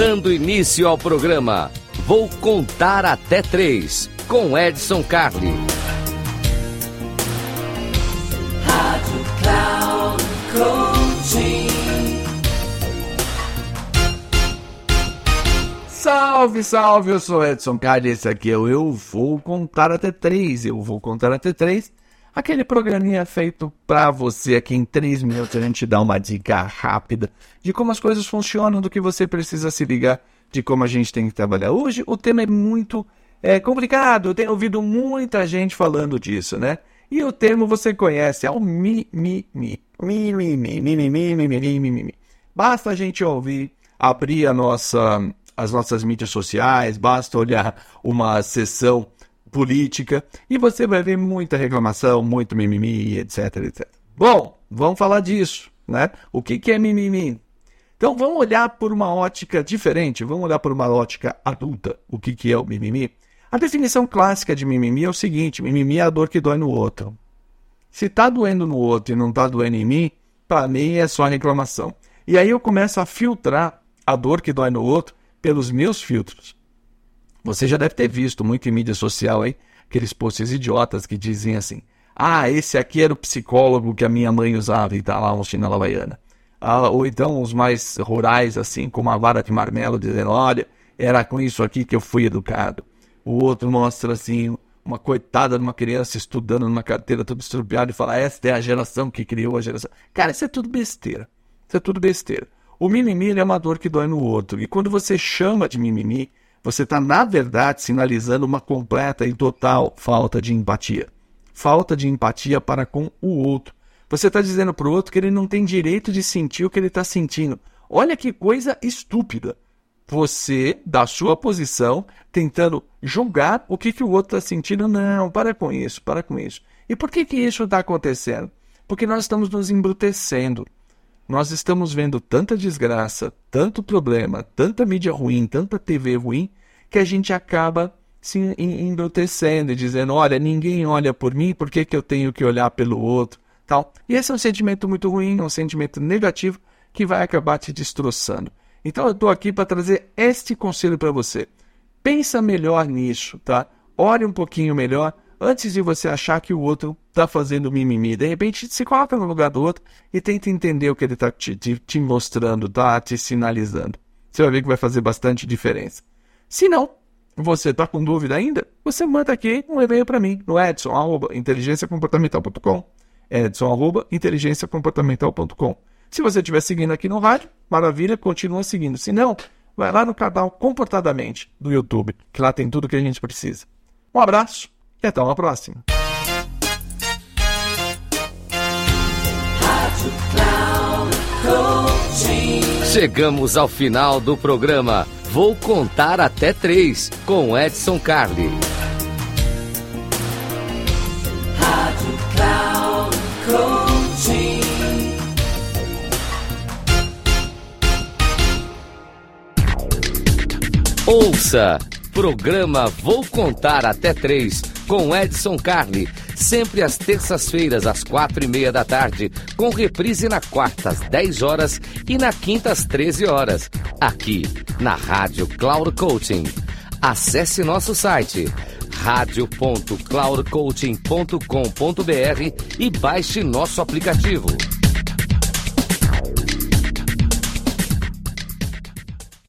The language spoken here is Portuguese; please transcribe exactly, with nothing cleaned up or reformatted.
Dando início ao programa, vou contar até três, com Edson Carli. Rádio Cloud Coaching. Salve, salve, eu sou Edson Carli, esse aqui é o Eu Vou Contar Até Três, Eu Vou Contar Até Três, aquele programinha feito pra você aqui em três minutos, a gente dá uma dica rápida de como as coisas funcionam, do que você precisa se ligar, de como a gente tem que trabalhar. Hoje o tema é muito é, complicado, eu tenho ouvido muita gente falando disso, né? E o termo você conhece, é o mi, mi, mi, mi, mi, mi, mi, mi, mi, mi, mi, mi, mi. Basta a gente ouvir, abrir a nossa... as nossas mídias sociais, basta olhar uma sessão política e você vai ver muita reclamação, muito mimimi, etc, etcétera. Bom, vamos falar disso, né? O que, que é mimimi? Então vamos olhar por uma ótica diferente, vamos olhar por uma ótica adulta. O que, que é o mimimi? A definição clássica de mimimi é o seguinte: mimimi é a dor que dói no outro. Se tá doendo no outro e não tá doendo em mim, para mim é só reclamação. E aí eu começo a filtrar a dor que dói no outro pelos meus filtros. Você já deve ter visto muito em mídia social aí, aqueles posts idiotas que dizem assim: ah, esse aqui era o psicólogo que a minha mãe usava e tá lá um chinelo havaiana. Ah, ou então os mais rurais, assim, com uma vara de marmelo, dizendo: olha, era com isso aqui que eu fui educado. O outro mostra, assim, uma coitada de uma criança estudando numa carteira toda estrupiada e fala: esta é a geração que criou a geração. Cara, isso é tudo besteira. Isso é tudo besteira. O mimimi é uma dor que dói no outro. E quando você chama de mimimi, você está, na verdade, sinalizando uma completa e total falta de empatia. Falta de empatia para com o outro. Você está dizendo para o outro que ele não tem direito de sentir o que ele está sentindo. Olha que coisa estúpida. Você, da sua posição, tentando julgar o que, que o outro está sentindo. Não, para com isso, para com isso. E por que, que isso está acontecendo? Porque nós estamos nos embrutecendo. Nós estamos vendo tanta desgraça, tanto problema, tanta mídia ruim, tanta T V ruim, que a gente acaba se embrutecendo e dizendo: olha, ninguém olha por mim, por que, que eu tenho que olhar pelo outro? Tal. E esse é um sentimento muito ruim, é um sentimento negativo que vai acabar te destroçando. Então eu estou aqui para trazer este conselho para você. Pensa melhor nisso, tá? Ore um pouquinho melhor antes de você achar que o outro está fazendo mimimi. De repente, se coloca no lugar do outro e tenta entender o que ele está te, te, te mostrando, tá? Te sinalizando. Você vai ver que vai fazer bastante diferença. Se não, você está com dúvida ainda, você manda aqui um e-mail para mim, no edson arroba inteligência comportamental ponto com. edson arroba inteligência comportamental ponto com. Se você estiver seguindo aqui no rádio, maravilha, continua seguindo. Se não, vai lá no canal Comportadamente do YouTube, que lá tem tudo que a gente precisa. Um abraço e até uma próxima. Chegamos ao final do programa. Vou contar até três, com Edson Carli. Rádio Cloud Coaching. Ouça! Programa Vou Contar Até Três, com Edson Carli, sempre às terças-feiras, às quatro e meia da tarde, com reprise na quarta, às dez horas e na quinta, às treze horas, aqui na Rádio Cloud Coaching. Acesse nosso site rádio ponto cloud coaching ponto com ponto br e baixe nosso aplicativo.